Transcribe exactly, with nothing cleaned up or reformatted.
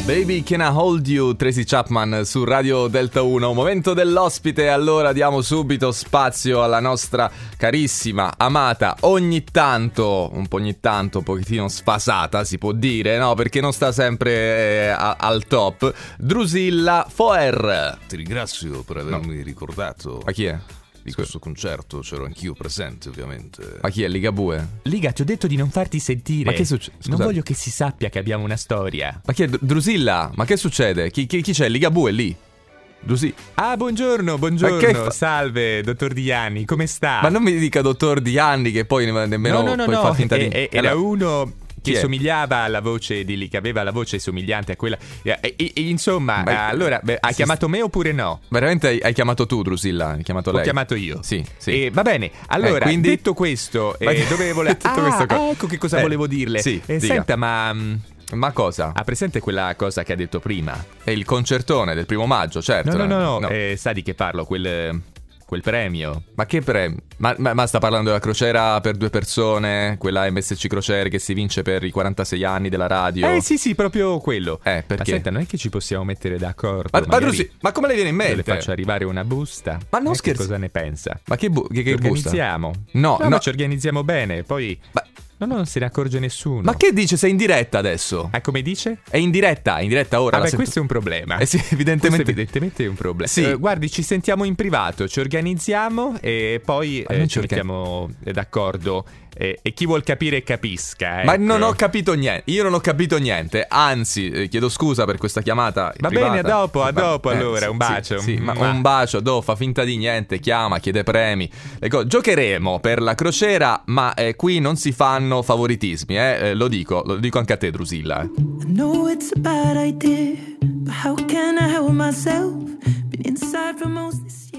Baby Can I Hold You, Tracy Chapman su Radio Delta uno. Momento dell'ospite, allora diamo subito spazio alla nostra carissima, amata, ogni tanto, un po' ogni tanto, un pochettino sfasata si può dire, no? Perché non sta sempre eh, a- al top, Drusilla Foer. Ti ringrazio per avermi no. ricordato. Ma chi è? Di questo concerto c'ero anch'io presente, ovviamente. Ma chi è? Ligabue? Liga, ti ho detto di non farti sentire. Ma che succede? Non voglio che si sappia che abbiamo una storia. Ma chi è? Dr- Drusilla? Ma che succede? Chi, chi, chi c'è? Ligabue lì? Drusi. Ah, buongiorno, buongiorno. Ma che fa- Salve, dottor Diani, come sta? Ma non mi dica dottor Diani che poi nemmeno no, no, no, poi no. fa finta di... E, e, era uno... Chi che è? somigliava alla voce di lì, che aveva la voce somigliante a quella. E, e, e, insomma, Beh, allora, beh, ha si chiamato me oppure no? Veramente hai, hai chiamato tu, Drusilla? Hai chiamato Ho lei? chiamato io. Sì, sì. E, va bene, allora, Eh, quindi- detto questo, Ma- eh, dove volevo. tutto ah, questo co- ecco che cosa Eh, volevo dirle. sì, Eh, dica. senta, ma. mh, Ma cosa? Ha presente quella cosa che ha detto prima? È il concertone del primo maggio, certo. No, no, no, no. no. Eh, sa di che parlo? Quel, quel premio. Ma che premio? Ma, ma, ma sta parlando della crociera per due persone? Quella M S C Crociere che si vince per i quarantasei anni della radio? Eh sì, sì, proprio quello. Eh, perché? Ma senta, non è che ci possiamo mettere d'accordo. Ma, ma, magari Drusi- ma come le viene in io mente? le faccio arrivare una busta. Ma non Eh, scherzi- Che cosa ne pensa? Ma che, bu- che, che Ci busta? organizziamo. No, no, no. ma ci organizziamo bene. Poi. Ma, No, no, non se ne accorge nessuno. ma che dice? Sei in diretta adesso? Ah, come dice? È in diretta, in diretta ora. Ah, la beh, sento- questo è un problema. Eh sì, evidentemente. Questo evidentemente è un problema. Sì. Eh, guardi, ci sentiamo in privato, ci organizziamo e poi Ma eh, non ci ci orga- mettiamo eh, d'accordo. Eh, e chi vuol capire capisca. Ma ecco. non ho capito niente, io non ho capito niente, anzi, eh, chiedo scusa per questa chiamata Va privata. bene, a dopo, a Ma- dopo eh, allora, sì, un bacio. Sì, sì, ma Mua. un bacio, do, fa finta di niente, chiama, chiede premi. Ecco, giocheremo per la crociera, ma eh, qui non si fanno favoritismi, eh, eh, lo dico, lo dico anche a te, Drusilla. eh. I know it's a bad idea, but how can I help myself? Been inside for most this year.